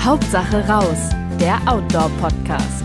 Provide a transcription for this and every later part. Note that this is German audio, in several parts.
Hauptsache raus, der Outdoor-Podcast.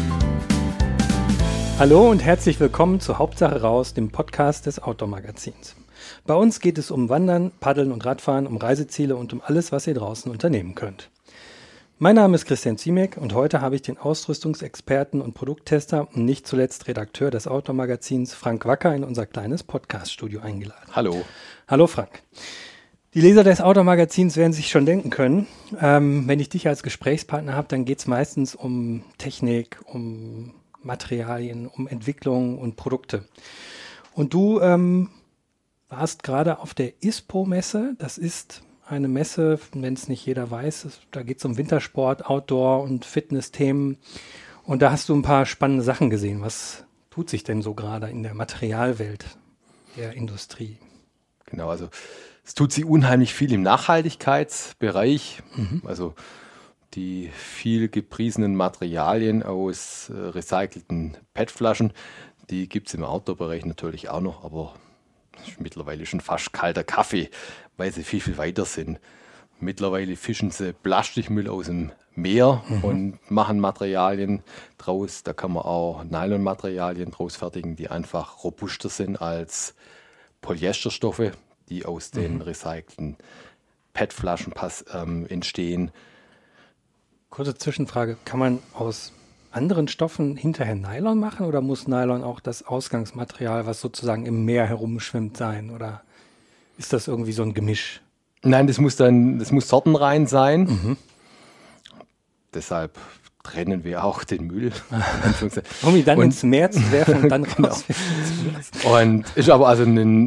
Hallo und herzlich willkommen zu Hauptsache raus, dem Podcast des Outdoor-Magazins. Bei uns geht es um Wandern, Paddeln und Radfahren, um Reiseziele und um alles, was ihr draußen unternehmen könnt. Mein Name ist Christian Ziemek und heute habe ich den Ausrüstungsexperten und Produkttester und nicht zuletzt Redakteur des Outdoor-Magazins Frank Wacker in unser kleines Podcast-Studio eingeladen. Hallo. Hallo Frank. Die Leser des Outdoor-Magazins werden sich schon denken können, wenn ich dich als Gesprächspartner habe, dann geht es meistens um Technik, um Materialien, um Entwicklung und Produkte. Und du warst gerade auf der ISPO-Messe. Das ist eine Messe, wenn es nicht jeder weiß, da geht es um Wintersport, Outdoor und Fitness-Themen. Und da hast du ein paar spannende Sachen gesehen. Was tut sich denn so gerade in der Materialwelt der Industrie? Genau, also es tut sich unheimlich viel im Nachhaltigkeitsbereich. Also die viel gepriesenen Materialien aus recycelten PET-Flaschen, die gibt es im Outdoor-Bereich natürlich auch noch, aber ist mittlerweile schon fast kalter Kaffee, weil sie viel, viel weiter sind. Mittlerweile fischen sie Plastikmüll aus dem Meer und machen Materialien draus. Da kann man auch Nylonmaterialien draus fertigen, die einfach robuster sind als Polyesterstoffe, die aus den recycelten PET-Flaschen entstehen. Kurze Zwischenfrage, kann man aus anderen Stoffen hinterher Nylon machen oder muss Nylon auch das Ausgangsmaterial, was sozusagen im Meer herumschwimmt, sein? Oder ist das irgendwie so ein Gemisch? Nein, das muss sortenrein sein. Deshalb trennen wir auch den Müll. Um ihn dann ins Meer zu werfen und dann raus. Und ist aber also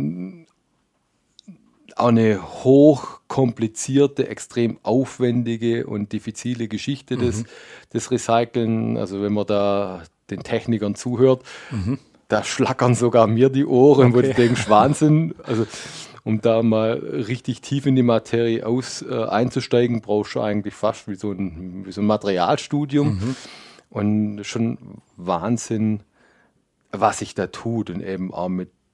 auch eine hochkomplizierte, extrem aufwendige und diffizile Geschichte des Recyceln. Also wenn man da den Technikern zuhört, da schlackern sogar mir die Ohren, wo du denkst, Wahnsinn. Also um da mal richtig tief in die Materie einzusteigen, brauchst du eigentlich fast wie so ein Materialstudium. Und schon Wahnsinn, was sich da tut und eben auch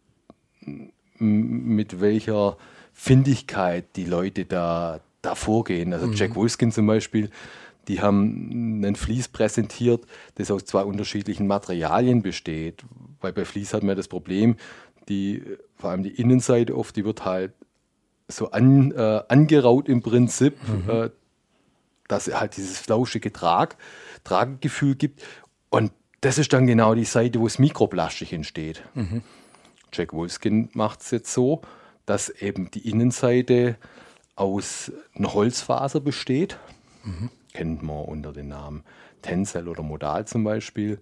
mit welcher Findigkeit die Leute da vorgehen. Also Jack Wolfskin zum Beispiel, die haben ein Vlies präsentiert, das aus zwei unterschiedlichen Materialien besteht. Weil bei Vlies hat man das Problem, vor allem die Innenseite oft, die wird halt so angeraut im Prinzip, dass es halt dieses flauschige Tragegefühl gibt. Und das ist dann genau die Seite, wo das Mikroplastik entsteht. Jack Wolfskin macht es jetzt so, dass eben die Innenseite aus einer Holzfaser besteht. Kennt man unter den Namen Tencel oder Modal zum Beispiel.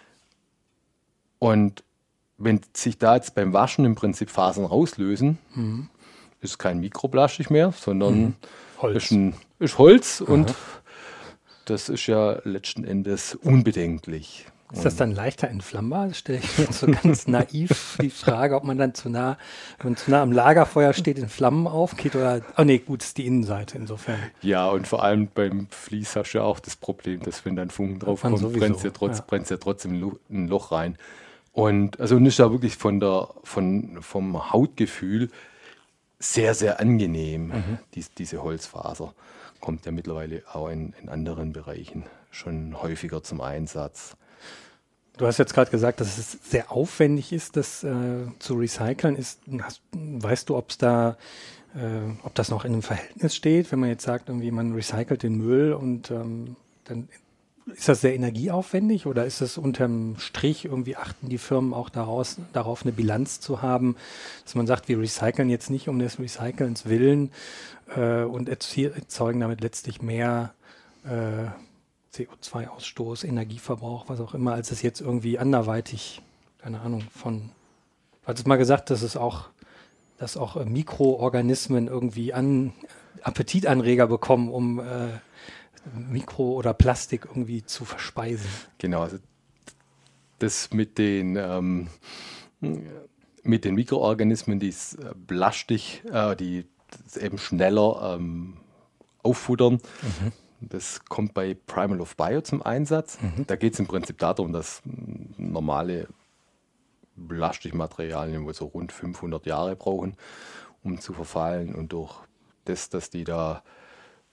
Und wenn sich da jetzt beim Waschen im Prinzip Fasern rauslösen, ist kein Mikroplastik mehr, sondern Holz. Ist Holz und das ist ja letzten Endes unbedenklich. Ist das dann leichter entflammbar? Das stelle ich mir jetzt so ganz naiv die Frage, ob man dann wenn man zu nah am Lagerfeuer steht, in Flammen aufgeht oder, gut, ist die Innenseite insofern. Ja, und vor allem beim Vlies hast du ja auch das Problem, dass wenn dann Funken drauf kommt, brennt es ja trotzdem ein Loch rein. Und also ist ja wirklich vom Hautgefühl sehr, sehr angenehm, diese Holzfaser. Kommt ja mittlerweile auch in anderen Bereichen schon häufiger zum Einsatz. Du hast jetzt gerade gesagt, dass es sehr aufwendig ist, das zu recyceln. Weißt du, ob das noch in einem Verhältnis steht, wenn man jetzt sagt, irgendwie man recycelt den Müll und dann ist das sehr energieaufwendig oder ist es unterm Strich irgendwie achten die Firmen auch darauf eine Bilanz zu haben, dass man sagt, wir recyceln jetzt nicht um des Recycelns willen und erzeugen damit letztlich mehr CO2-Ausstoß, Energieverbrauch, was auch immer, als es jetzt irgendwie anderweitig, keine Ahnung, du hattest mal gesagt, dass auch Mikroorganismen irgendwie Appetitanreger bekommen, um Mikro oder Plastik irgendwie zu verspeisen. Genau, also das mit den Mikroorganismen, die Plastik, die eben schneller auffuttern. Das kommt bei Primal of Bio zum Einsatz. Da geht es im Prinzip darum, dass normale Plastikmaterialien wohl so rund 500 Jahre brauchen, um zu verfallen. Und durch das, dass die da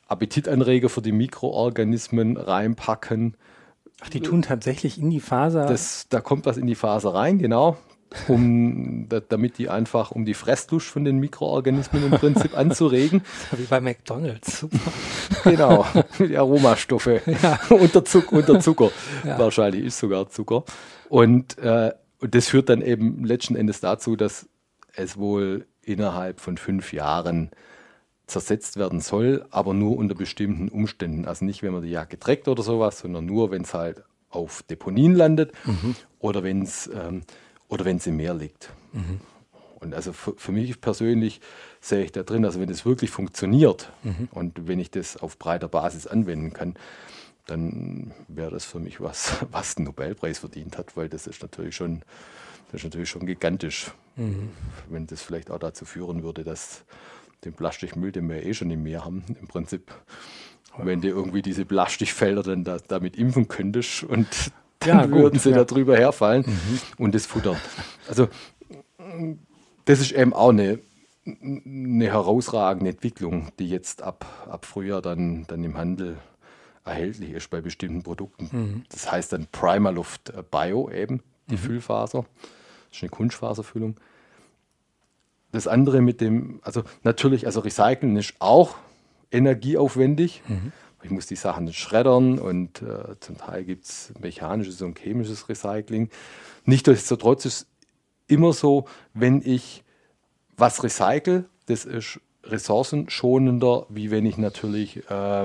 Appetitanreger für die Mikroorganismen reinpacken. Ach, die tun tatsächlich in die Faser? Da kommt was in die Faser rein, genau. Damit die einfach, um die Fresslust von den Mikroorganismen im Prinzip anzuregen. Wie bei McDonald's, super. Genau, die Aromastoffe. Ja. unter Zucker. Ja. Wahrscheinlich ist sogar Zucker. Und das führt dann eben letzten Endes dazu, dass es wohl innerhalb von 5 Jahren zersetzt werden soll, aber nur unter bestimmten Umständen. Also nicht, wenn man die Jacke trägt oder sowas, sondern nur, wenn es halt auf Deponien landet oder wenn es im Meer liegt. Und also für mich persönlich sehe ich da drin, also wenn das wirklich funktioniert und wenn ich das auf breiter Basis anwenden kann, dann wäre das für mich was den Nobelpreis verdient hat, weil das ist natürlich schon gigantisch. Wenn das vielleicht auch dazu führen würde, dass den Plastikmüll, den wir schon im Meer haben, im Prinzip, wenn du irgendwie diese Plastikfelder dann damit impfen könntest und dann würden sie da drüber herfallen und das futtern. Also das ist eben auch eine herausragende Entwicklung, die jetzt ab Frühjahr dann im Handel erhältlich ist bei bestimmten Produkten. Das heißt dann Primaloft Bio eben, die Füllfaser. Das ist eine Kunstfaserfüllung. Das andere mit dem, also natürlich, also Recyceln ist auch energieaufwendig. Ich muss die Sachen schreddern und zum Teil gibt es mechanisches und chemisches Recycling. Nichtsdestotrotz ist immer so, wenn ich was recycle, das ist ressourcenschonender, wie wenn ich natürlich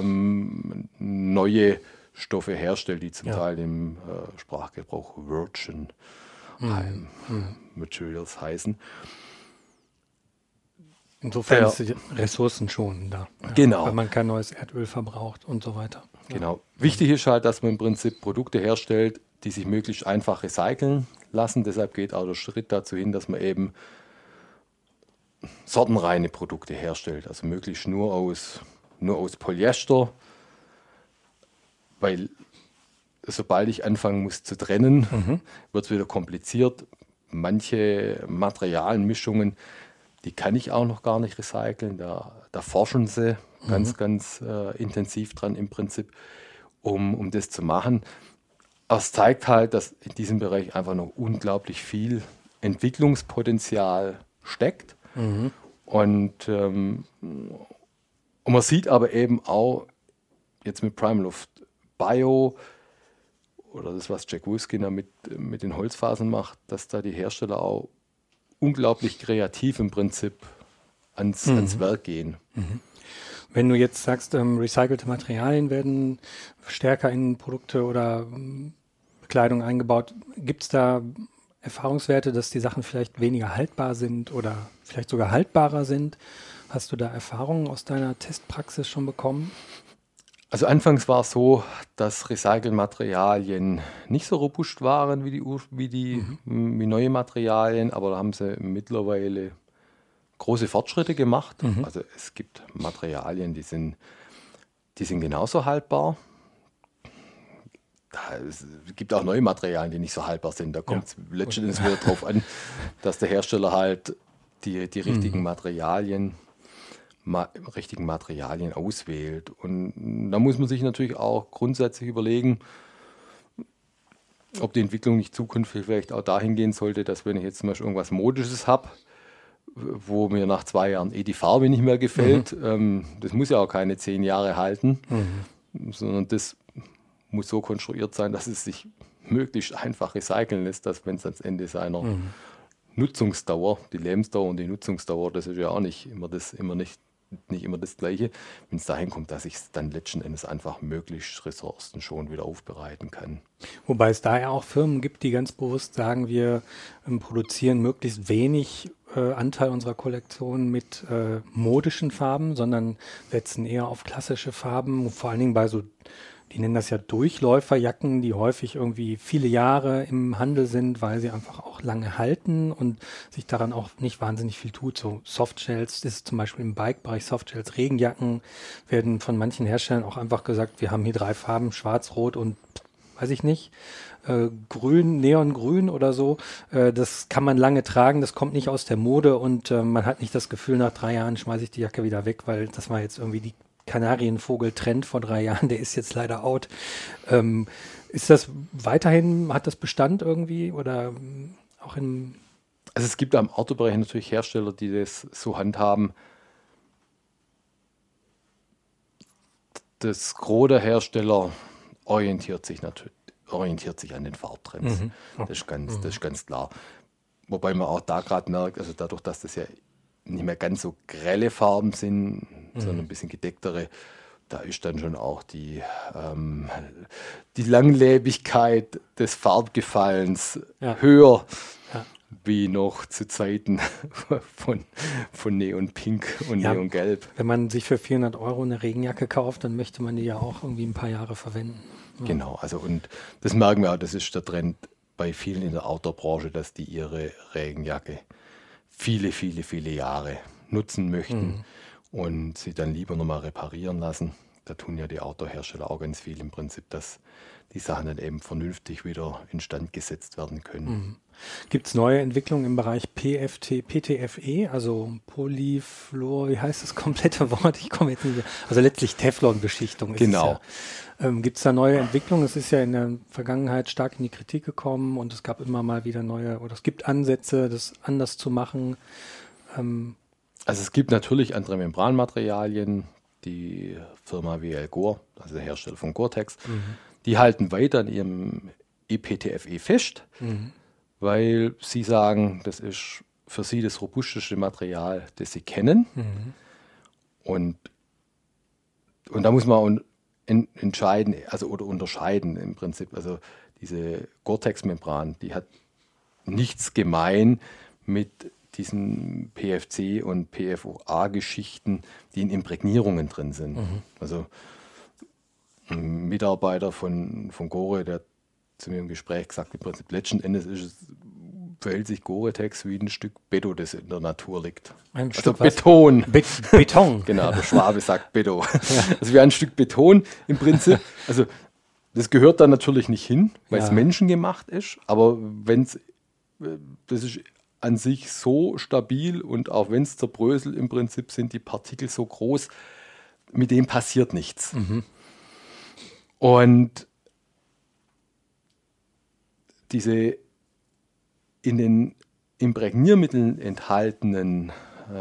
neue Stoffe herstelle, die zum Teil im Sprachgebrauch Virgin Materials heißen. Insofern ist es ressourcenschonender. Genau. Weil man kein neues Erdöl verbraucht und so weiter. Genau. Wichtig ist halt, dass man im Prinzip Produkte herstellt, die sich möglichst einfach recyceln lassen. Deshalb geht auch der Schritt dazu hin, dass man eben sortenreine Produkte herstellt. Also möglichst nur aus Polyester, weil sobald ich anfangen muss zu trennen, wird es wieder kompliziert. Manche Materialmischungen, die kann ich auch noch gar nicht recyceln. Da forschen sie ganz intensiv dran im Prinzip, um das zu machen. Aber es zeigt halt, dass in diesem Bereich einfach noch unglaublich viel Entwicklungspotenzial steckt. Und man sieht aber eben auch jetzt mit Primaloft Bio oder das, was Jack Wolfskin mit den Holzfasern macht, dass da die Hersteller auch unglaublich kreativ im Prinzip ans Werk gehen. Wenn du jetzt sagst, recycelte Materialien werden stärker in Produkte oder Bekleidung eingebaut, gibt es da Erfahrungswerte, dass die Sachen vielleicht weniger haltbar sind oder vielleicht sogar haltbarer sind? Hast du da Erfahrungen aus deiner Testpraxis schon bekommen? Also anfangs war es so, dass Recycelmaterialien nicht so robust waren wie neue Materialien, aber da haben sie mittlerweile große Fortschritte gemacht. Also es gibt Materialien, die sind genauso haltbar. Es gibt auch neue Materialien, die nicht so haltbar sind. Da kommt es letztendlich wieder darauf an, dass der Hersteller halt die richtigen Materialien auswählt. Und da muss man sich natürlich auch grundsätzlich überlegen, ob die Entwicklung nicht zukünftig vielleicht auch dahin gehen sollte, dass wenn ich jetzt zum Beispiel irgendwas Modisches habe, wo mir nach 2 Jahren die Farbe nicht mehr gefällt, das muss ja auch keine 10 Jahre halten, sondern das muss so konstruiert sein, dass es sich möglichst einfach recyceln lässt, dass wenn es ans Ende seiner Nutzungsdauer, die Lebensdauer und die Nutzungsdauer, das ist ja auch nicht immer das Gleiche, wenn es dahin kommt, dass ich es dann letzten Endes einfach möglichst ressourcenschonend wieder aufbereiten kann. Wobei es da ja auch Firmen gibt, die ganz bewusst sagen, wir produzieren möglichst wenig Anteil unserer Kollektion mit modischen Farben, sondern setzen eher auf klassische Farben, vor allen Dingen bei so, die nennen das ja Durchläuferjacken, die häufig irgendwie viele Jahre im Handel sind, weil sie einfach auch lange halten und sich daran auch nicht wahnsinnig viel tut. So Softshells, das ist zum Beispiel im Bike-Bereich Softshells, Regenjacken werden von manchen Herstellern auch einfach gesagt, wir haben hier 3 Farben, schwarz, rot und weiß ich nicht, grün, neongrün oder so. Das kann man lange tragen, das kommt nicht aus der Mode und man hat nicht das Gefühl, nach 3 Jahren schmeiße ich die Jacke wieder weg, weil das war jetzt irgendwie die Kanarienvogel-Trend vor 3 Jahren, der ist jetzt leider out. Ist das weiterhin, hat das Bestand irgendwie oder auch in... Also es gibt am Autobereich natürlich Hersteller, die das so handhaben. Das Gros der Hersteller orientiert sich an den Farbtrends. Okay. Das ist ganz klar. Wobei man auch da gerade merkt, also dadurch, dass das ja nicht mehr ganz so grelle Farben sind, sondern ein bisschen gedecktere, da ist dann schon auch die Langlebigkeit des Farbgefallens höher, wie noch zu Zeiten von Neonpink und Neongelb. Wenn man sich für 400 € eine Regenjacke kauft, dann möchte man die ja auch irgendwie ein paar Jahre verwenden. Ja. Genau, also und das merken wir auch, das ist der Trend bei vielen in der Outdoor-Branche, dass die ihre Regenjacke viele, viele, viele Jahre nutzen möchten und sie dann lieber nochmal reparieren lassen. Da tun ja die Outdoor-Hersteller auch ganz viel im Prinzip, dass die Sachen dann eben vernünftig wieder instand gesetzt werden können. Gibt es neue Entwicklungen im Bereich PTFE, also Polyfluor, wie heißt das komplette Wort? Ich komme jetzt nicht mehr. Also letztlich Teflon-Beschichtung. Genau. Gibt es da neue Entwicklungen? Es ist ja in der Vergangenheit stark in die Kritik gekommen und es gab immer mal wieder oder es gibt Ansätze, das anders zu machen. Also es gibt natürlich andere Membranmaterialien. Die Firma WL Gore, also der Hersteller von Gore-Tex, die halten weiter an ihrem ePTFE fest, weil sie sagen, das ist für sie das robusteste Material, das sie kennen. Und da muss man entscheiden, oder unterscheiden im Prinzip. Also diese Gore-Tex-Membran, die hat nichts gemein mit diesen PFC und PFOA-Geschichten, die in Imprägnierungen drin sind. Also ein Mitarbeiter von Gore, der zu mir im Gespräch gesagt, im Prinzip letzten Endes verhält sich Gore-Tex wie ein Stück Beton, das in der Natur liegt. Ein also Stück Beton. Beton. Genau, der Schwabe sagt Beton. Also wie ein Stück Beton im Prinzip. Also das gehört da natürlich nicht hin, weil es menschengemacht ist, aber das ist an sich so stabil und auch wenn es zerbröselt, im Prinzip sind die Partikel so groß, mit dem passiert nichts. Und diese in den Imprägniermitteln enthaltenen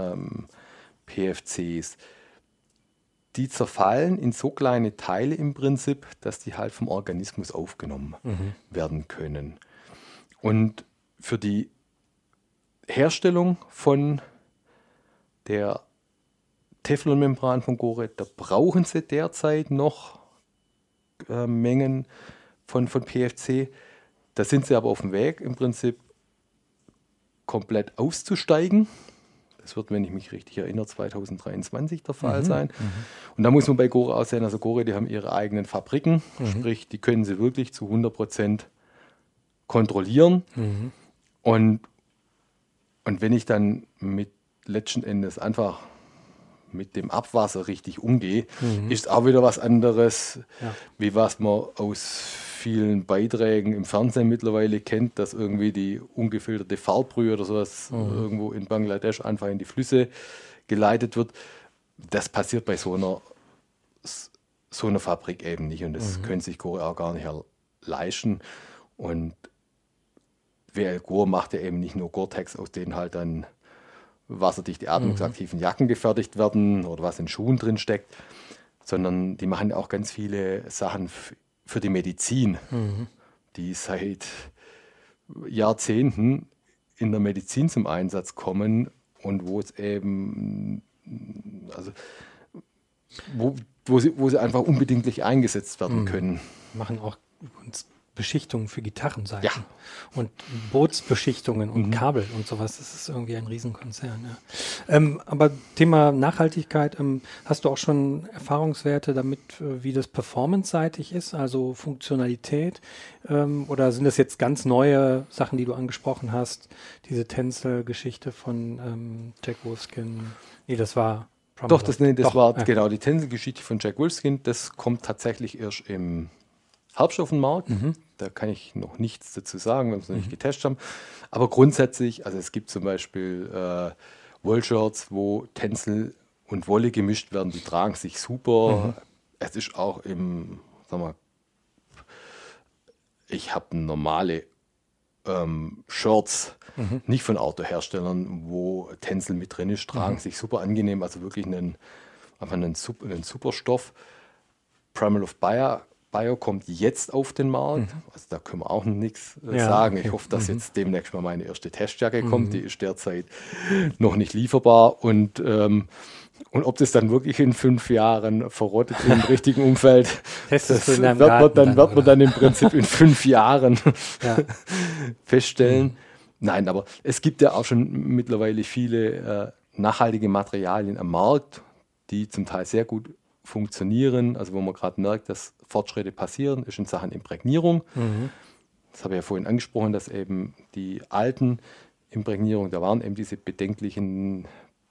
PFCs, die zerfallen in so kleine Teile im Prinzip, dass die halt vom Organismus aufgenommen werden können. Und für die Herstellung von der Teflonmembran von Gore, da brauchen sie derzeit noch Mengen von PFC. Da sind sie aber auf dem Weg, im Prinzip komplett auszusteigen. Das wird, wenn ich mich richtig erinnere, 2023 der Fall sein. Und da muss man bei Gore aussehen, also Gore, die haben ihre eigenen Fabriken, sprich, die können sie wirklich zu 100% kontrollieren. Und wenn ich dann letzten Endes einfach mit dem Abwasser richtig umgehe, ist auch wieder was anderes, wie was man aus vielen Beiträgen im Fernsehen mittlerweile kennt, dass irgendwie die ungefilterte Farbbrühe oder sowas irgendwo in Bangladesch einfach in die Flüsse geleitet wird. Das passiert bei so einer Fabrik eben nicht und das können sich Gore auch gar nicht leisten. Und WL Gore macht ja eben nicht nur Gore-Tex, aus denen halt dann wasserdichte, atmungsaktiven Jacken gefertigt werden oder was in Schuhen drin steckt, sondern die machen auch ganz viele Sachen für die Medizin, die seit Jahrzehnten in der Medizin zum Einsatz kommen und wo es eben, also wo sie einfach unbedingt eingesetzt werden können. Machen auch Beschichtungen für Gitarrenseiten und Bootsbeschichtungen und Kabel und sowas. Das ist irgendwie ein Riesenkonzern. Ja. Aber Thema Nachhaltigkeit, hast du auch schon Erfahrungswerte damit, wie das performance-seitig ist, also Funktionalität? Oder sind das jetzt ganz neue Sachen, die du angesprochen hast? Diese Tencel-Geschichte von Jack Wolfskin? Nee, das war... Doch, das war genau die Tencel-Geschichte von Jack Wolfskin. Das kommt tatsächlich erst im Herbst auf den Markt. Da kann ich noch nichts dazu sagen, wenn wir es noch nicht getestet haben. Aber grundsätzlich, also es gibt zum Beispiel Wollshirts, wo Tencel und Wolle gemischt werden, die tragen sich super. Es ist auch ich habe normale Shirts, nicht von Autoherstellern, wo Tencel mit drin ist, tragen sich super angenehm, also wirklich einen super Stoff. Primal of Bio kommt jetzt auf den Markt, also da können wir auch noch nichts sagen. Okay. Ich hoffe, dass jetzt demnächst mal meine erste Testjacke kommt, die ist derzeit noch nicht lieferbar und ob das dann wirklich in 5 Jahren verrottet im richtigen Umfeld, das wird man dann im Prinzip in 5 Jahren feststellen. Nein, aber es gibt ja auch schon mittlerweile viele nachhaltige Materialien am Markt, die zum Teil sehr gut funktionieren, also wo man gerade merkt, dass Fortschritte passieren, ist in Sachen Imprägnierung. Das habe ich ja vorhin angesprochen, dass eben die alten Imprägnierungen, da waren eben diese bedenklichen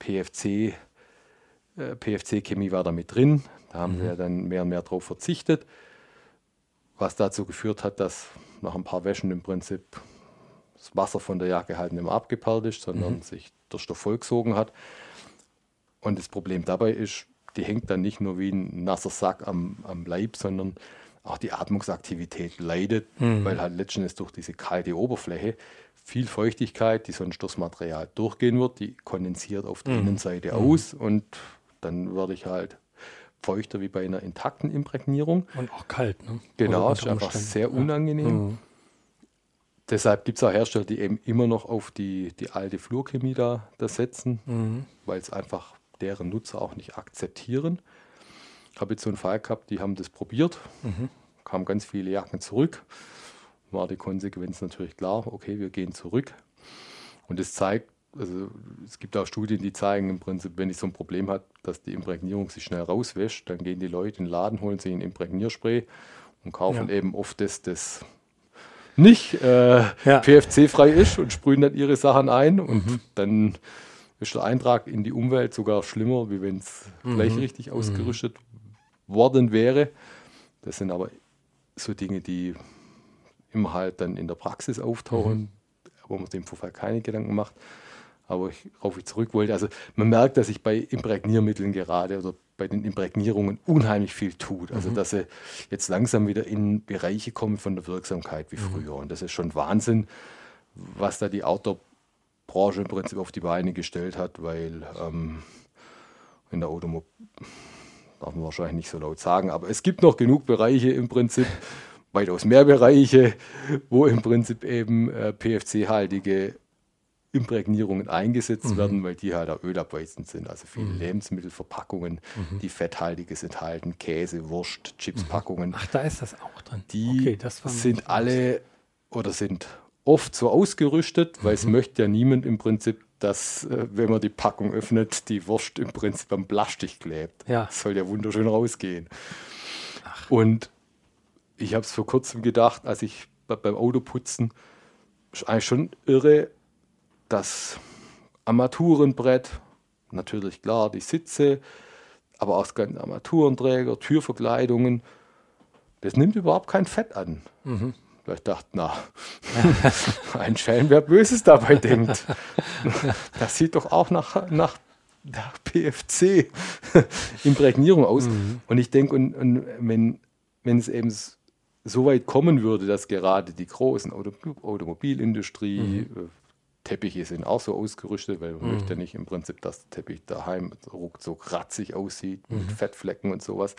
PFC-Chemie war da mit drin. Da haben wir dann mehr und mehr drauf verzichtet, was dazu geführt hat, dass nach ein paar Wäschen im Prinzip das Wasser von der Jacke halt nicht mehr abgeperlt ist, sondern sich der Stoff vollgesogen hat. Und das Problem dabei ist, die hängt dann nicht nur wie ein nasser Sack am Leib, sondern auch die Atmungsaktivität leidet, weil halt letztendlich durch diese kalte Oberfläche viel Feuchtigkeit, die sonst durchs Material durchgehen wird, die kondensiert auf der Innenseite aus und dann werde ich halt feuchter wie bei einer intakten Imprägnierung. Und auch kalt, ne? Genau, ist einfach sehr unangenehm. Deshalb gibt es auch Hersteller, die eben immer noch auf die alte Fluorchemie da setzen, weil es einfach deren Nutzer auch nicht akzeptieren. Ich habe jetzt so einen Fall gehabt, die haben das probiert, kamen ganz viele Jacken zurück, war die Konsequenz natürlich klar, okay, wir gehen zurück. Und es zeigt, also es gibt auch Studien, die zeigen im Prinzip, wenn ich so ein Problem habe, dass die Imprägnierung sich schnell rauswäscht, dann gehen die Leute in den Laden, holen sich ein Imprägnierspray und kaufen eben oft das nicht PFC-frei ist und sprühen dann ihre Sachen ein und dann ist der Eintrag in die Umwelt sogar schlimmer, wie wenn es gleich richtig ausgerüstet worden wäre. Das sind aber so Dinge, die immer halt dann in der Praxis auftauchen, wo man sich im Vorfall keine Gedanken macht. Aber worauf ich zurück wollte, also man merkt, dass sich bei Imprägniermitteln gerade oder bei den Imprägnierungen unheimlich viel tut. Also dass sie jetzt langsam wieder in Bereiche kommen von der Wirksamkeit wie früher. Und das ist schon Wahnsinn, was da die Outdoor-Branche im Prinzip auf die Beine gestellt hat, weil in der Automobil, darf man wahrscheinlich nicht so laut sagen, aber es gibt noch genug Bereiche im Prinzip, weitaus mehr Bereiche, wo im Prinzip eben PFC-haltige Imprägnierungen eingesetzt werden, weil die halt auch ölabweisend sind. Also viele Lebensmittelverpackungen, die Fetthaltiges enthalten, Käse, Wurst, Chipspackungen. Ach, da ist das auch drin. Die sind alle oder sind oft so ausgerüstet, weil es möchte ja niemand im Prinzip, dass, wenn man die Packung öffnet, die Wurst im Prinzip am Plastik klebt. Ja. Das soll ja wunderschön rausgehen. Ach. Und ich habe es vor kurzem gedacht, als ich beim Autoputzen, ist eigentlich schon irre, das Armaturenbrett, natürlich klar die Sitze, aber auch das ganze Armaturenträger, Türverkleidungen, das nimmt überhaupt kein Fett an. Da ich dachte, na, ein Schelm, wer Böses dabei denkt. Das sieht doch auch nach PFC-Imprägnierung aus. Und ich denke, und wenn es eben so weit kommen würde, dass gerade die großen Automobilindustrie, Teppiche sind auch so ausgerüstet, weil man möchte ja nicht im Prinzip, dass der Teppich daheim ruckzuck ratzig aussieht, mit Fettflecken und sowas.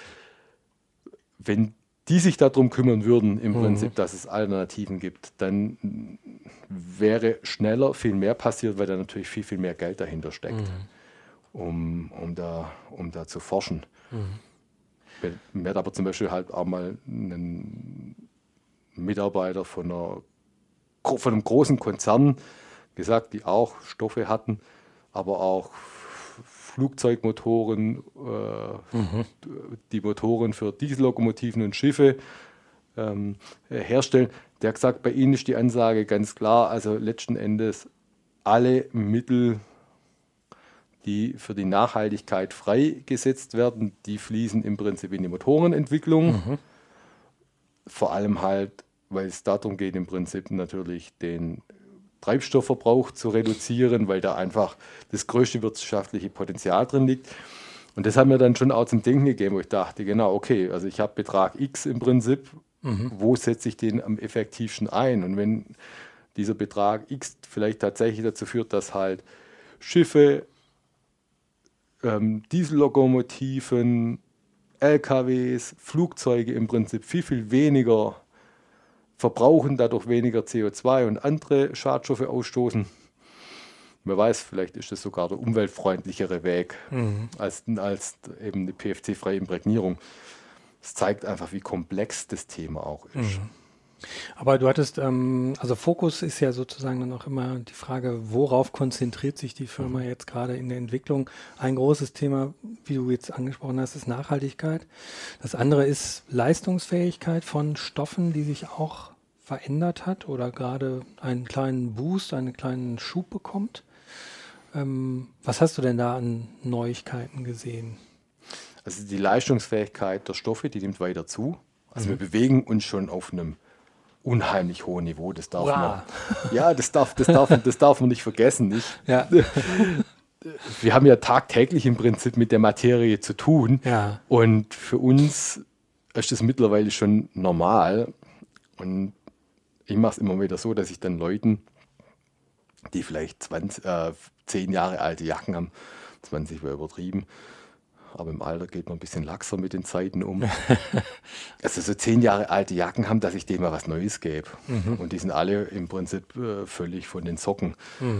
Wenn die sich darum kümmern würden, im Prinzip, dass es Alternativen gibt, dann wäre schneller viel mehr passiert, weil da natürlich viel, viel mehr Geld dahinter steckt, um da zu forschen. Mir hat aber zum Beispiel halt auch mal ein Mitarbeiter von einem großen Konzern gesagt, die auch Stoffe hatten, aber auch Flugzeugmotoren, die Motoren für Diesellokomotiven und Schiffe herstellen. Der hat gesagt, bei ihnen ist die Ansage ganz klar, also letzten Endes alle Mittel, die für die Nachhaltigkeit freigesetzt werden, die fließen im Prinzip in die Motorenentwicklung. Vor allem halt, weil es darum geht, im Prinzip natürlich den Treibstoffverbrauch zu reduzieren, weil da einfach das größte wirtschaftliche Potenzial drin liegt. Und das hat mir dann schon auch zum Denken gegeben, wo ich dachte, genau, okay, also ich habe Betrag X im Prinzip, wo setze ich den am effektivsten ein? Und wenn dieser Betrag X vielleicht tatsächlich dazu führt, dass halt Schiffe, Diesellokomotiven, LKWs, Flugzeuge im Prinzip viel, viel weniger verbrauchen, dadurch weniger CO2 und andere Schadstoffe ausstoßen. Wer weiß, vielleicht ist das sogar der umweltfreundlichere Weg als eben die PFC-freie Imprägnierung. Das zeigt einfach, wie komplex das Thema auch ist. Aber du hattest, also Fokus ist ja sozusagen dann auch immer die Frage, worauf konzentriert sich die Firma jetzt gerade in der Entwicklung? Ein großes Thema, wie du jetzt angesprochen hast, ist Nachhaltigkeit. Das andere ist Leistungsfähigkeit von Stoffen, die sich auch verändert hat oder gerade einen kleinen Boost, einen kleinen Schub bekommt. Was hast du denn da an Neuigkeiten gesehen? Also die Leistungsfähigkeit der Stoffe, die nimmt weiter zu. Also wir bewegen uns schon auf einem unheimlich hohen Niveau. Das darf man, ja, das darf man nicht vergessen. Nicht? Ja. Wir haben ja tagtäglich im Prinzip mit der Materie zu tun. Ja. Und für uns ist das mittlerweile schon normal. Und ich mache es immer wieder so, dass ich dann Leuten, die vielleicht 10 Jahre alte Jacken haben, 20 war übertrieben, aber im Alter geht man ein bisschen laxer mit den Zeiten um. Also so 10 Jahre alte Jacken haben, dass ich denen mal was Neues gebe. Und die sind alle im Prinzip völlig von den Socken.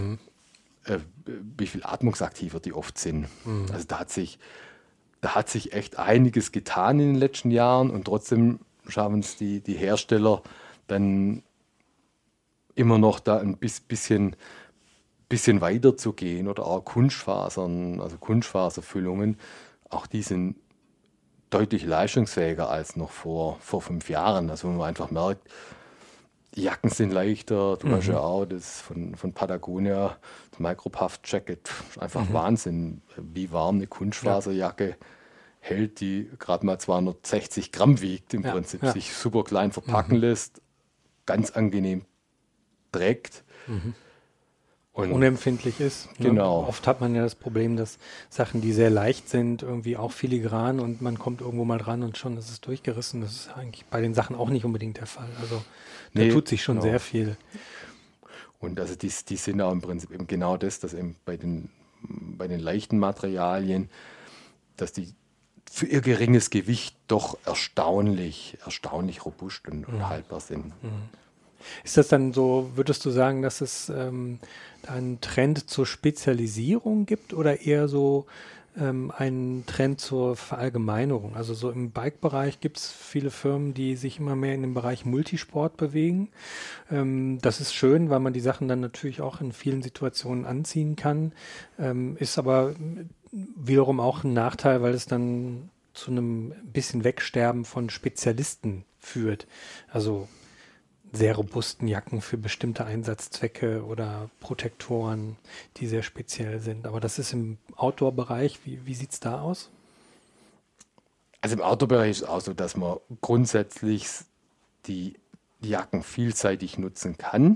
Wie viel atmungsaktiver die oft sind. Also da hat sich echt einiges getan in den letzten Jahren und trotzdem schaffen es die Hersteller dann immer noch da ein bisschen weiter zu gehen oder auch Kunstfasern, also Kunstfaserfüllungen. Auch die sind deutlich leistungsfähiger als noch vor 5 Jahren. Also wenn man einfach merkt, die Jacken sind leichter. Du hast ja auch das von Patagonia, das Micropuff Jacket. Einfach Wahnsinn, wie warm eine Kunstfaserjacke hält, die gerade mal 260 Gramm wiegt im Prinzip, sich super klein verpacken lässt, ganz angenehm trägt. Und unempfindlich ist. Genau. Ne? Oft hat man ja das Problem, dass Sachen, die sehr leicht sind, irgendwie auch filigran und man kommt irgendwo mal dran und schon ist es durchgerissen. Das ist eigentlich bei den Sachen auch nicht unbedingt der Fall. Also da tut sich schon sehr viel. Und also die sind auch im Prinzip eben genau das, dass eben bei den leichten Materialien, dass die für ihr geringes Gewicht doch erstaunlich robust und haltbar sind. Ist das dann so, würdest du sagen, dass es einen Trend zur Spezialisierung gibt oder eher so einen Trend zur Verallgemeinerung? Also so im Bike-Bereich gibt es viele Firmen, die sich immer mehr in dem Bereich Multisport bewegen. Das ist schön, weil man die Sachen dann natürlich auch in vielen Situationen anziehen kann, ist aber wiederum auch ein Nachteil, weil es dann zu einem bisschen Wegsterben von Spezialisten führt. Also sehr robusten Jacken für bestimmte Einsatzzwecke oder Protektoren, die sehr speziell sind. Aber das ist im Outdoor-Bereich. Wie sieht es da aus? Also im Outdoor-Bereich ist es auch so, dass man grundsätzlich die Jacken vielseitig nutzen kann.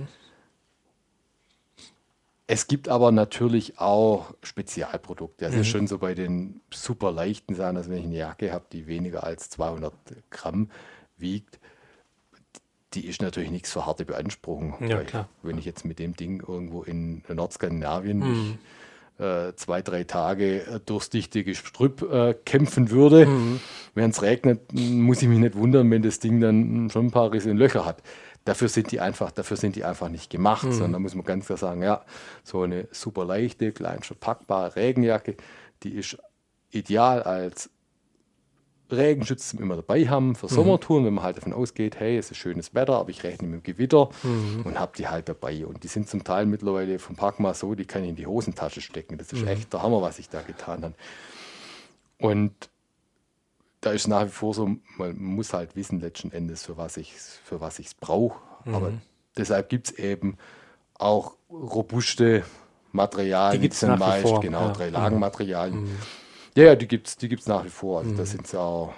Es gibt aber natürlich auch Spezialprodukte. Das ist schon so bei den super leichten Sachen, dass wenn ich eine Jacke habe, die weniger als 200 Gramm wiegt, die ist natürlich nichts für harte Beanspruchung. Ja, klar. Wenn ich jetzt mit dem Ding irgendwo in Nordskandinavien mich 2-3 Tage durchs dichte Gestrüpp kämpfen würde, während es regnet, muss ich mich nicht wundern, wenn das Ding dann schon ein paar Risse und Löcher hat. Dafür sind die einfach nicht gemacht, sondern da muss man ganz klar sagen, ja, so eine super leichte, klein verpackbare Regenjacke, die ist ideal als Regenschutz zum immer dabei haben für Sommertouren, wenn man halt davon ausgeht, hey, es ist schönes Wetter, aber ich rechne mit dem Gewitter und habe die halt dabei. Und die sind zum Teil mittlerweile vom Packma so, die kann ich in die Hosentasche stecken. Das ist echt der Hammer, was ich da getan habe. Und da ist nach wie vor so, man muss halt wissen letzten Endes, für was ich es brauche. Aber deshalb gibt es eben auch robuste Materialien, die sind meist, genau, 3-Lagen-Materialien. Ja, die gibt's nach wie vor. Also da sind sie auch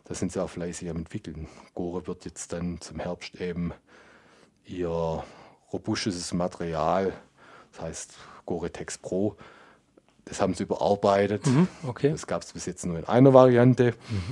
fleißig am entwickeln. Gore wird jetzt dann zum Herbst eben ihr robustes Material, das heißt Gore-Tex Pro. Das haben sie überarbeitet. Okay. Das gab es bis jetzt nur in einer Variante.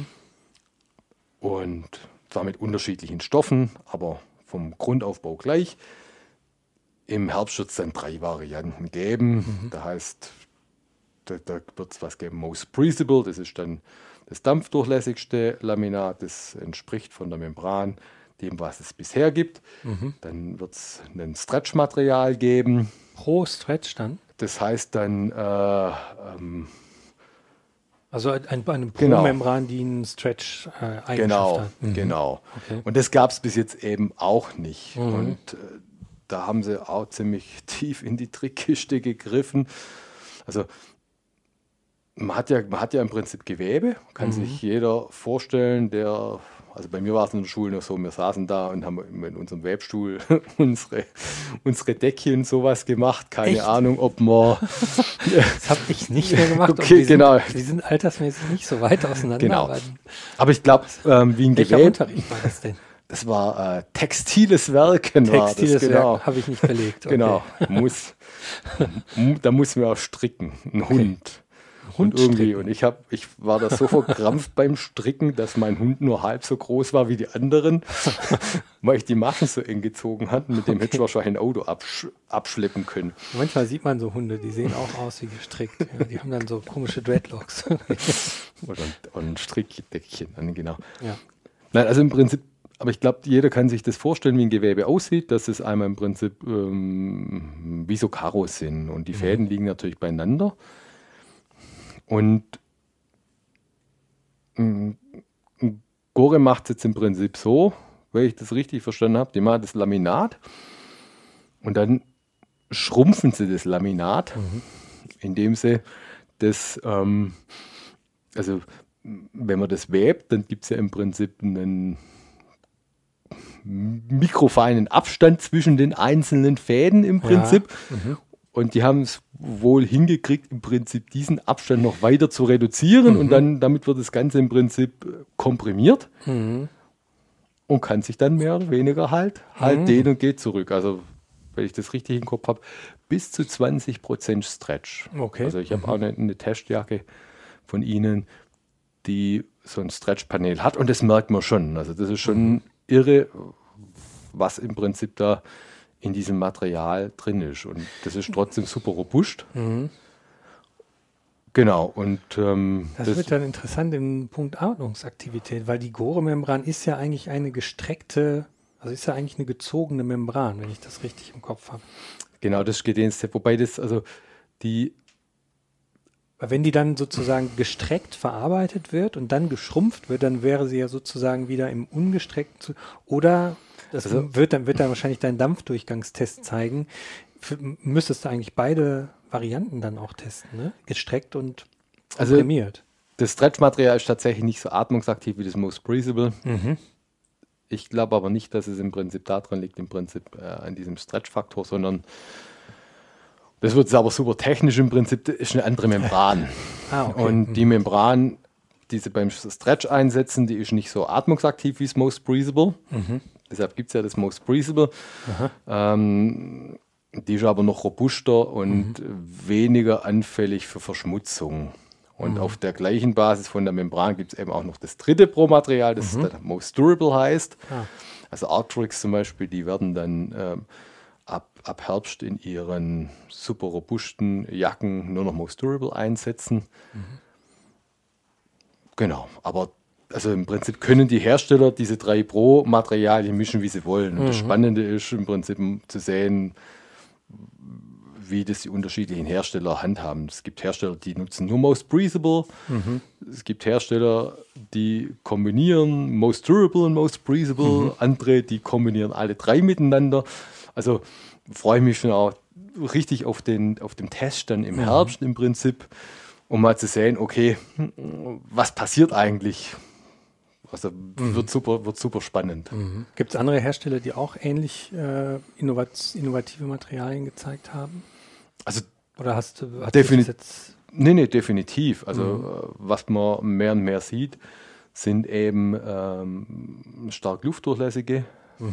Und zwar mit unterschiedlichen Stoffen, aber vom Grundaufbau gleich. Im Herbst wird es dann 3 Varianten geben. Da heißt, da wird es was geben, Most Breathable, das ist dann das dampfdurchlässigste Laminat, das entspricht von der Membran dem, was es bisher gibt. Dann wird es ein Stretch-Material geben. Pro Stretch dann? Das heißt dann, Also eine Genau. Pro-Membran, die einen Stretch Eigenschaft hat. Genau. Okay. Und das gab es bis jetzt eben auch nicht. Und da haben sie auch ziemlich tief in die Trickkiste gegriffen. Also man hat ja im Prinzip Gewebe, kann sich jeder vorstellen, also bei mir war es in der Schule noch so, wir saßen da und haben in unserem Webstuhl unsere Deckchen sowas gemacht. Keine Echt? Ahnung, ob man... Das habe ich nicht mehr gemacht. Okay, und genau. Wir sind altersmäßig nicht so weit auseinander. Genau. Aber Aber ich glaube, wie ein welcher Gewebe... Unterricht war das denn? Das war textiles Werken. Textiles war das, genau. Werk habe ich nicht belegt. Okay. Genau, da muss man auch stricken, ein Hund. Hund Und irgendwie, stricken. und ich war da so verkrampft beim Stricken, dass mein Hund nur halb so groß war wie die anderen, weil ich die Maschen so eng gezogen hatte. Mit dem hätte ich wahrscheinlich ein Auto abschleppen können. Manchmal sieht man so Hunde, die sehen auch aus wie gestrickt. Ja, die haben dann so komische Dreadlocks. Und ein Strickdeckchen, genau. Ja. Nein, also im Prinzip, aber ich glaube, jeder kann sich das vorstellen, wie ein Gewebe aussieht, dass es einmal im Prinzip wie so Karos sind. Und die Fäden liegen natürlich beieinander. Und Gore macht es jetzt im Prinzip so, wenn ich das richtig verstanden habe, die machen das Laminat und dann schrumpfen sie das Laminat, indem sie das, also wenn man das webt, dann gibt es ja im Prinzip einen mikrofeinen Abstand zwischen den einzelnen Fäden im Prinzip. Ja. Und die haben es wohl hingekriegt, im Prinzip diesen Abstand noch weiter zu reduzieren und dann damit wird das Ganze im Prinzip komprimiert und kann sich dann mehr oder weniger halt dehnen und geht zurück. Also wenn ich das richtig im Kopf habe, bis zu 20% Stretch. Okay. Also ich habe auch eine Testjacke von ihnen, die so ein Stretch-Panel hat und das merkt man schon. Also das ist schon irre, was im Prinzip da in diesem Material drin ist. Und das ist trotzdem super robust. Genau. Und das wird dann interessant im Punkt Atmungsaktivität, weil die Gore-Membran ist ja eigentlich eine gestreckte, also ist ja eigentlich eine gezogene Membran, wenn ich das richtig im Kopf habe. Genau, das geht ins Step. Wobei das, also die... Wenn die dann sozusagen gestreckt verarbeitet wird und dann geschrumpft wird, dann wäre sie ja sozusagen wieder im ungestreckten, oder das wird dann wahrscheinlich dein Dampfdurchgangstest zeigen. Müsstest du eigentlich beide Varianten dann auch testen, ne? Gestreckt und komprimiert. Also das Stretch-Material ist tatsächlich nicht so atmungsaktiv wie das Most Breathable. Ich glaube aber nicht, dass es im Prinzip daran liegt, im Prinzip an diesem Stretch-Faktor, sondern das wird aber super technisch im Prinzip, das ist eine andere Membran. Okay. Und die Membran, die sie beim Stretch einsetzen, die ist nicht so atmungsaktiv wie das Most Breathable. Deshalb gibt es ja das Most Breathable. Die ist aber noch robuster und weniger anfällig für Verschmutzung. Und auf der gleichen Basis von der Membran gibt es eben auch noch das dritte Pro-Material, das dann Most Durable heißt. Also Arc'teryx zum Beispiel, die werden dann ab Herbst in ihren super robusten Jacken nur noch Most Durable einsetzen. Genau, aber also im Prinzip können die Hersteller diese 3 Pro-Materialien mischen, wie sie wollen. Und das Spannende ist im Prinzip zu sehen, wie das die unterschiedlichen Hersteller handhaben. Es gibt Hersteller, die nutzen nur Most Breathable. Es gibt Hersteller, die kombinieren Most Durable und Most Breathable. Andere, die kombinieren alle 3 miteinander. Also freue ich mich schon auch richtig auf dem Test dann im Herbst im Prinzip, um mal zu sehen, okay, was passiert eigentlich? Also wird super spannend. Gibt es andere Hersteller, die auch ähnlich innovative Materialien gezeigt haben? Also oder hat jetzt... Nee, definitiv. Also was man mehr und mehr sieht, sind eben stark luftdurchlässige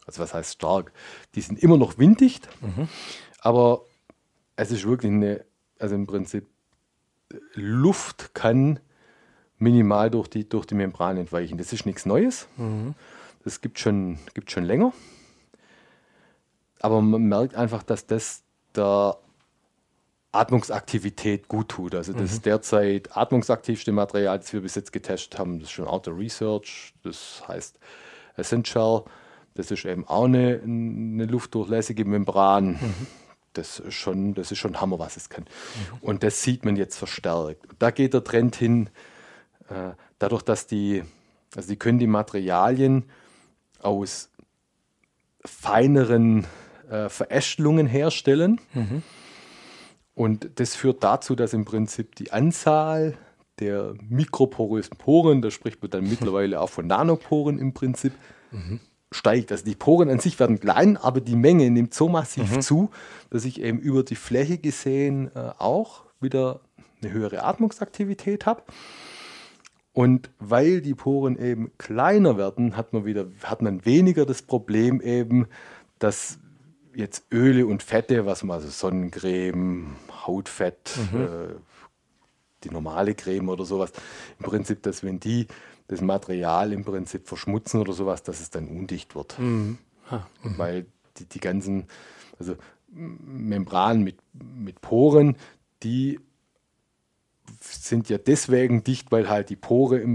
Also was heißt stark? Die sind immer noch winddicht, aber es ist wirklich also im Prinzip, Luft kann minimal durch die Membran entweichen. Das ist nichts Neues. Das gibt schon länger. Aber man merkt einfach, dass das der Atmungsaktivität gut tut. Also das derzeit atmungsaktivste Material, das wir bis jetzt getestet haben, das ist schon Outer Research, das heißt Essential. Das ist eben auch eine luftdurchlässige Membran. Das ist schon Hammer, was es kann. Und das sieht man jetzt verstärkt. Da geht der Trend hin, dadurch, dass die können die Materialien aus feineren Verästelungen herstellen. Und das führt dazu, dass im Prinzip die Anzahl der mikroporösen Poren, da spricht man dann mittlerweile auch von Nanoporen im Prinzip, steigt. Also die Poren an sich werden klein, aber die Menge nimmt so massiv zu, dass ich eben über die Fläche gesehen auch wieder eine höhere Atmungsaktivität habe. Und weil die Poren eben kleiner werden, hat man weniger das Problem eben, dass jetzt Öle und Fette, was man, also Sonnencreme, Hautfett, die normale Creme oder sowas, im Prinzip, dass wenn die das Material im Prinzip verschmutzen oder sowas, dass es dann undicht wird. Weil die ganzen, also Membranen mit Poren, die sind ja deswegen dicht, weil halt die Poren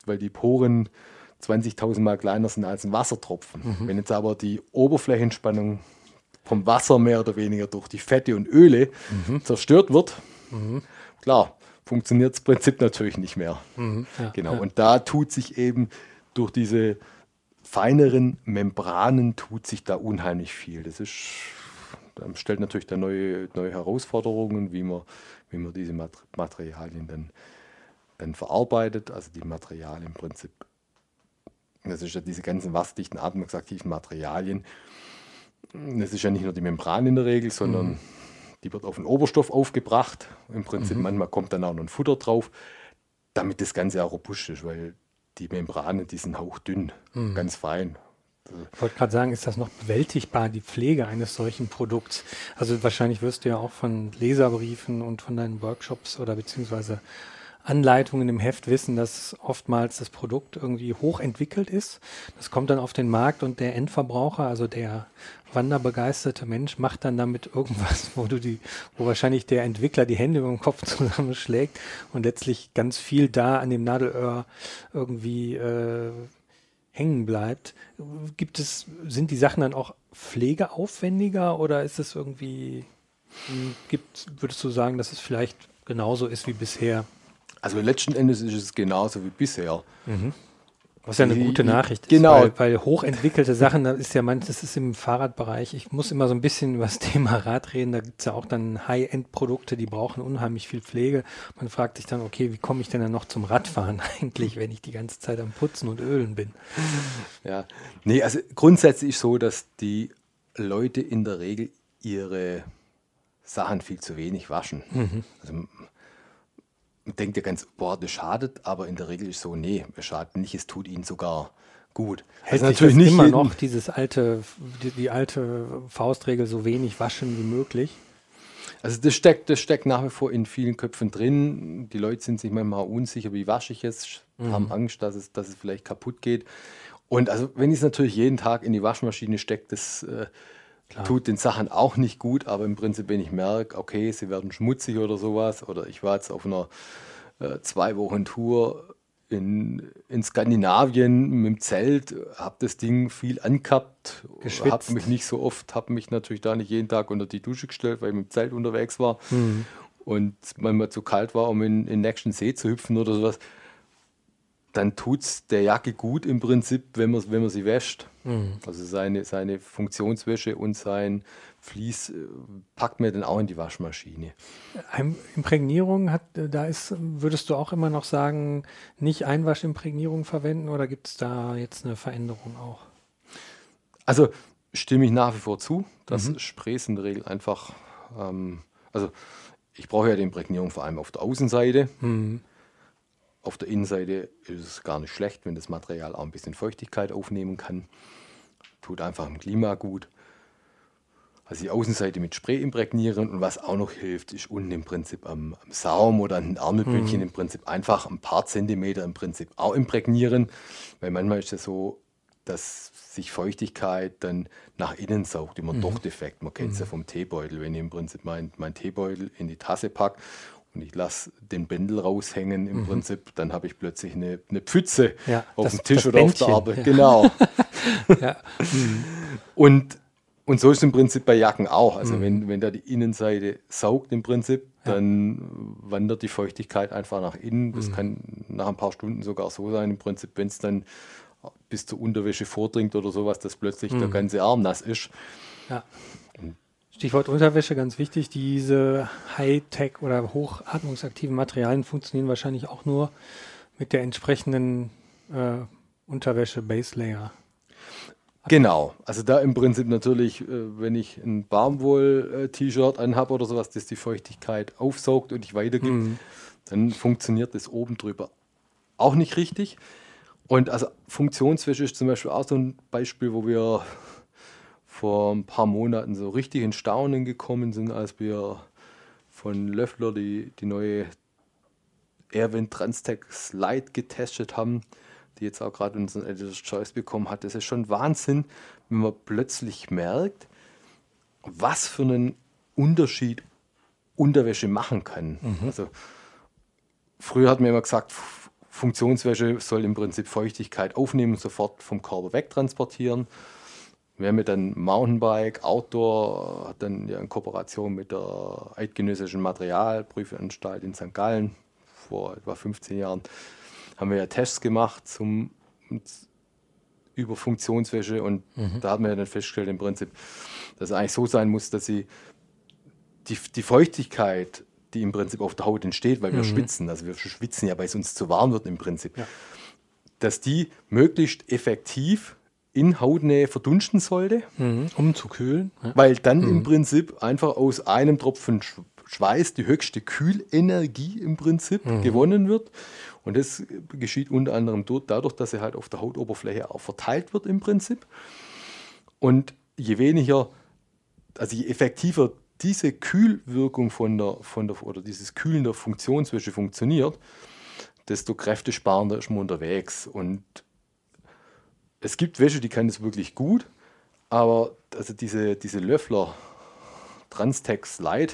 20.000 Mal kleiner sind als ein Wassertropfen. Wenn jetzt aber die Oberflächenspannung vom Wasser mehr oder weniger durch die Fette und Öle zerstört wird, klar, funktioniert das Prinzip natürlich nicht mehr. Genau. Und da tut sich eben durch diese feineren Membranen tut sich da unheimlich viel. Das stellt natürlich da neue Herausforderungen, wie man diese Materialien dann verarbeitet. Also die Materialien im Prinzip, das ist ja diese ganzen wasserdichten, atmungsaktiven Materialien. Das ist ja nicht nur die Membran in der Regel, sondern die wird auf den Oberstoff aufgebracht. Im Prinzip manchmal kommt dann auch noch ein Futter drauf, damit das Ganze auch robust ist, weil die Membranen, die sind hauchdünn, ganz fein. Ich wollte gerade sagen, ist das noch bewältigbar, die Pflege eines solchen Produkts? Also wahrscheinlich wirst du ja auch von Leserbriefen und von deinen Workshops oder beziehungsweise Anleitungen im Heft wissen, dass oftmals das Produkt irgendwie hochentwickelt ist. Das kommt dann auf den Markt und der Endverbraucher, also der wanderbegeisterte Mensch, macht dann damit irgendwas, wo wahrscheinlich der Entwickler die Hände über den Kopf zusammenschlägt und letztlich ganz viel da an dem Nadelöhr irgendwie hängen bleibt. Sind die Sachen dann auch pflegeaufwendiger oder ist es irgendwie, würdest du sagen, dass es vielleicht genauso ist wie bisher? Also letzten Endes ist es genauso wie bisher. Was ja eine gute Nachricht ist, genau. weil hochentwickelte Sachen, das ist im Fahrradbereich, ich muss immer so ein bisschen über das Thema Rad reden, da gibt es ja auch dann High-End-Produkte, die brauchen unheimlich viel Pflege. Man fragt sich dann, okay, wie komme ich denn dann noch zum Radfahren eigentlich, wenn ich die ganze Zeit am Putzen und Ölen bin? Ja, nee, also grundsätzlich so, dass die Leute in der Regel ihre Sachen viel zu wenig waschen. Also man denkt ja ganz, boah, das schadet, aber in der Regel ist so, nee, es schadet nicht, es tut ihnen sogar gut. Hält also natürlich nicht immer noch die alte Faustregel, so wenig waschen wie möglich? Also das steckt nach wie vor in vielen Köpfen drin. Die Leute sind sich manchmal unsicher, wie wasche ich es, haben Angst, dass es vielleicht kaputt geht. Und also wenn ich es natürlich jeden Tag in die Waschmaschine stecke, das tut den Sachen auch nicht gut, aber im Prinzip, wenn ich merke, okay, sie werden schmutzig oder sowas, oder ich war jetzt auf einer 2 Wochen Tour in Skandinavien mit dem Zelt, habe das Ding viel angehabt, habe mich nicht so oft, habe mich natürlich da nicht jeden Tag unter die Dusche gestellt, weil ich mit dem Zelt unterwegs war und manchmal zu kalt war, um in den nächsten See zu hüpfen oder sowas. Dann tut es der Jacke gut im Prinzip, wenn man sie wäscht. Also seine Funktionswäsche und sein Vlies packt man dann auch in die Waschmaschine. Imprägnierung würdest du auch immer noch sagen, nicht Einwaschimprägnierung verwenden oder gibt es da jetzt eine Veränderung auch? Also stimme ich nach wie vor zu, dass Sprays in der Regel einfach, also ich brauche ja die Imprägnierung vor allem auf der Außenseite. Auf der Innenseite ist es gar nicht schlecht, wenn das Material auch ein bisschen Feuchtigkeit aufnehmen kann. tut einfach im Klima gut. Also die Außenseite mit Spray imprägnieren und was auch noch hilft, ist unten im Prinzip am Saum oder an den Ärmelbündchen im Prinzip einfach ein paar Zentimeter im Prinzip auch imprägnieren, weil manchmal ist es so, dass sich Feuchtigkeit dann nach innen saugt, immer Dochteffekt. Man kennt es ja vom Teebeutel, wenn ich im Prinzip mein Teebeutel in die Tasse packe und ich lasse den Bändel raushängen im Prinzip, dann habe ich plötzlich eine Pfütze auf dem Tisch oder Bändchen, auf der Arbeit. Genau. Ja. Und so ist es im Prinzip bei Jacken auch. Also wenn da die Innenseite saugt im Prinzip, dann wandert die Feuchtigkeit einfach nach innen. Das kann nach ein paar Stunden sogar so sein, im Prinzip, wenn es dann bis zur Unterwäsche vordringt oder sowas, dass plötzlich der ganze Arm nass ist. Ja. Stichwort Unterwäsche, ganz wichtig. Diese Hightech- oder hochatmungsaktiven Materialien funktionieren wahrscheinlich auch nur mit der entsprechenden Unterwäsche-Base-Layer. Genau, also da im Prinzip natürlich, wenn ich ein Baumwoll-T-Shirt anhabe oder sowas, das die Feuchtigkeit aufsaugt und ich weitergibt, dann funktioniert das oben drüber auch nicht richtig. Und also Funktionswäsche ist zum Beispiel auch so ein Beispiel, wo wir vor ein paar Monaten so richtig in Staunen gekommen sind, als wir von Löffler die neue Airwind Transtech Slide getestet haben, die jetzt auch gerade unseren Editor's Choice bekommen hat. Das ist schon Wahnsinn, wenn man plötzlich merkt, was für einen Unterschied Unterwäsche machen kann. Also früher hat man immer gesagt, Funktionswäsche soll im Prinzip Feuchtigkeit aufnehmen und sofort vom Körper wegtransportieren. Wir haben ja dann Mountainbike, Outdoor, hat dann ja in Kooperation mit der Eidgenössischen Materialprüfanstalt in St. Gallen vor etwa 15 Jahren haben wir ja Tests gemacht über Funktionswäsche und da haben wir ja dann festgestellt im Prinzip, dass es eigentlich so sein muss, dass sie die Feuchtigkeit, die im Prinzip auf der Haut entsteht, weil wir schwitzen, also wir schwitzen ja, weil es uns zu warm wird im Prinzip, dass die möglichst effektiv in Hautnähe verdunsten sollte. Um zu kühlen. Ja. Weil dann im Prinzip einfach aus einem Tropfen Schweiß die höchste Kühlenergie im Prinzip gewonnen wird. Und das geschieht unter anderem dadurch, dass sie halt auf der Hautoberfläche auch verteilt wird im Prinzip. Und je effektiver diese Kühlwirkung oder dieses Kühlen der Funktionswäsche funktioniert, desto kräftesparender ist man unterwegs. Und es gibt Wäsche, die kann das wirklich gut, aber also diese Löffler Transtech Slide,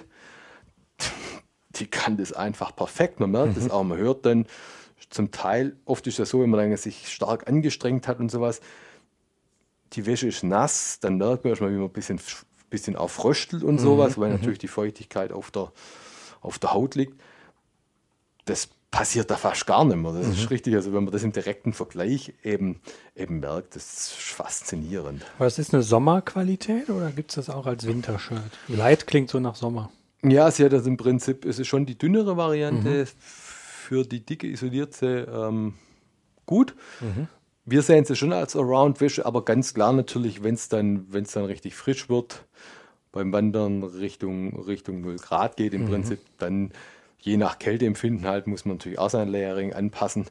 die kann das einfach perfekt. Man merkt das auch, man hört dann zum Teil, oft ist das so, wenn man dann sich stark angestrengt hat und sowas, die Wäsche ist nass, dann merkt man erstmal, wie man ein bisschen auch fröstelt und sowas, weil natürlich die Feuchtigkeit auf der Haut liegt. Das passiert da fast gar nicht mehr. Das ist richtig, also wenn man das im direkten Vergleich eben merkt, das ist faszinierend. Aber das ist eine Sommerqualität oder gibt es das auch als Wintershirt? Light klingt so nach Sommer. Ja, sie hat das im Prinzip, es ist schon die dünnere Variante, für die dicke isolierte gut. Wir sehen sie schon als Around-Wäsche, aber ganz klar natürlich, wenn es dann richtig frisch wird, beim Wandern Richtung 0 Grad geht im Prinzip, dann je nach Kälteempfinden halt muss man natürlich auch sein Layering anpassen.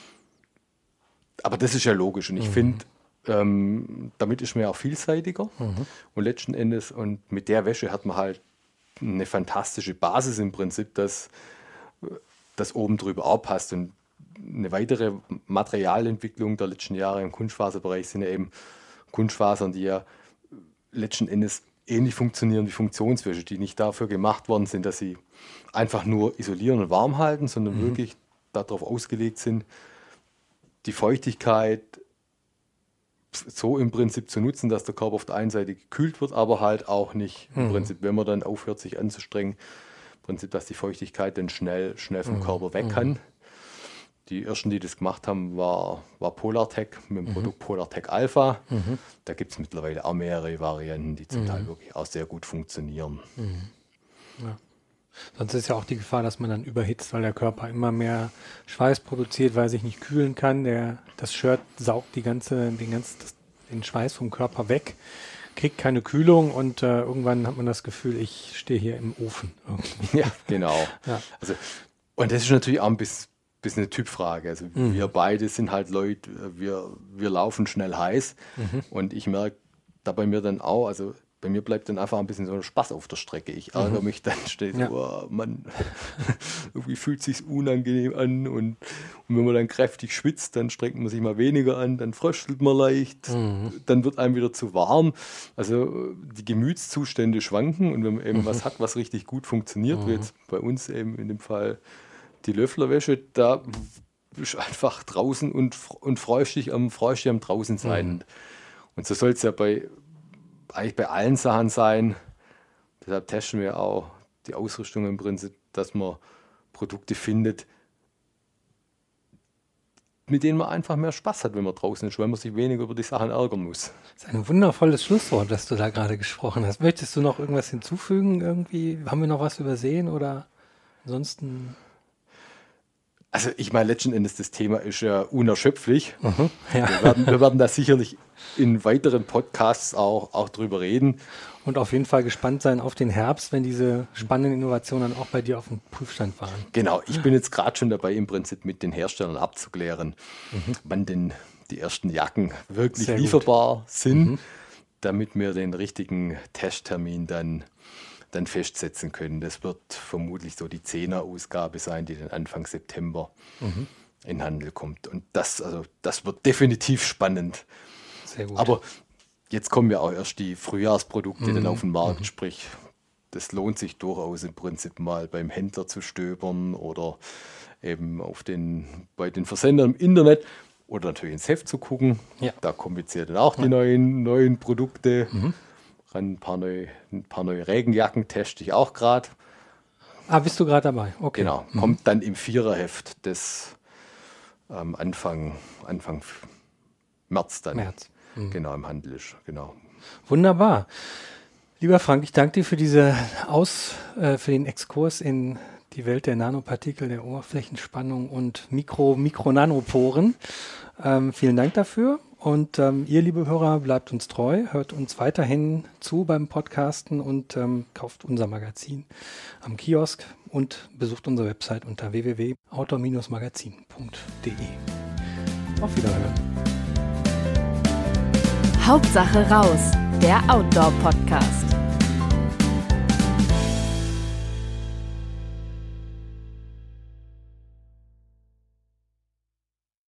Aber das ist ja logisch und ich finde, damit ist man ja auch vielseitiger und letzten Endes und mit der Wäsche hat man halt eine fantastische Basis im Prinzip, dass das oben drüber auch passt. Und eine weitere Materialentwicklung der letzten Jahre im Kunstfaserbereich sind ja eben Kunstfasern, die ja letzten Endes ähnlich funktionieren wie Funktionswäsche, die nicht dafür gemacht worden sind, dass sie einfach nur isolieren und warm halten, sondern wirklich darauf ausgelegt sind, die Feuchtigkeit so im Prinzip zu nutzen, dass der Körper auf der einen Seite gekühlt wird, aber halt auch nicht im Prinzip, wenn man dann aufhört, sich anzustrengen, im Prinzip, dass die Feuchtigkeit dann schnell vom Körper weg kann. Die ersten, die das gemacht haben, war Polartec mit dem Produkt Polartec Alpha. Da gibt es mittlerweile auch mehrere Varianten, die zum Teil wirklich auch sehr gut funktionieren. Ja. Sonst ist ja auch die Gefahr, dass man dann überhitzt, weil der Körper immer mehr Schweiß produziert, weil er sich nicht kühlen kann. Das Shirt saugt den Schweiß vom Körper weg, kriegt keine Kühlung und irgendwann hat man das Gefühl, ich stehe hier im Ofen. Irgendwie. Ja, genau. Ja. Also, und das ist natürlich auch ein bisschen eine Typfrage. Also wir beide sind halt Leute, wir laufen schnell heiß und ich merke da bei mir dann auch, also bei mir bleibt dann einfach ein bisschen so ein Spaß auf der Strecke. Ich ärgere mich dann, steht so, oh Mann, irgendwie fühlt es sich unangenehm an und wenn man dann kräftig schwitzt, dann strengt man sich mal weniger an, dann fröstelt man leicht, dann wird einem wieder zu warm. Also die Gemütszustände schwanken und wenn man eben was hat, was richtig gut funktioniert, wie jetzt bei uns eben in dem Fall die Löfflerwäsche, da ist einfach draußen und freust dich am draußen sein. Und so soll es ja eigentlich bei allen Sachen sein. Deshalb testen wir auch die Ausrüstung im Prinzip, dass man Produkte findet, mit denen man einfach mehr Spaß hat, wenn man draußen ist, weil man sich weniger über die Sachen ärgern muss. Das ist ein wundervolles Schlusswort, das du da gerade gesprochen hast. Möchtest du noch irgendwas hinzufügen irgendwie? Haben wir noch was übersehen oder ansonsten? Also ich meine, letzten Endes, das Thema ist ja unerschöpflich. Ja. Wir werden da sicherlich in weiteren Podcasts auch drüber reden. Und auf jeden Fall gespannt sein auf den Herbst, wenn diese spannenden Innovationen dann auch bei dir auf dem Prüfstand waren. Genau, ich bin jetzt gerade schon dabei, im Prinzip mit den Herstellern abzuklären, wann denn die ersten Jacken wirklich Sehr lieferbar sind, damit wir den richtigen Testtermin dann festsetzen können. Das wird vermutlich so die 10er-Ausgabe sein, die dann Anfang September in den Handel kommt. Und das wird definitiv spannend. Sehr gut. Aber jetzt kommen ja auch erst die Frühjahrsprodukte dann auf den Markt, sprich, das lohnt sich durchaus im Prinzip mal beim Händler zu stöbern oder eben bei den Versendern im Internet oder natürlich ins Heft zu gucken. Ja. Da kommen jetzt ja dann auch die neuen Produkte. Ein paar neue Regenjacken teste ich auch gerade. Bist du gerade dabei? Okay. Genau, kommt dann im Viererheft das Anfang März dann. Genau, im Handel ist. Genau. Wunderbar. Lieber Frank, ich danke dir für für den Exkurs in die Welt der Nanopartikel, der Oberflächenspannung und Mikronanoporen. Vielen Dank dafür. Und ihr, liebe Hörer, bleibt uns treu, hört uns weiterhin zu beim Podcasten und kauft unser Magazin am Kiosk und besucht unsere Website unter www.outdoor-magazin.de. Auf Wiederhören. Hauptsache raus, der Outdoor-Podcast.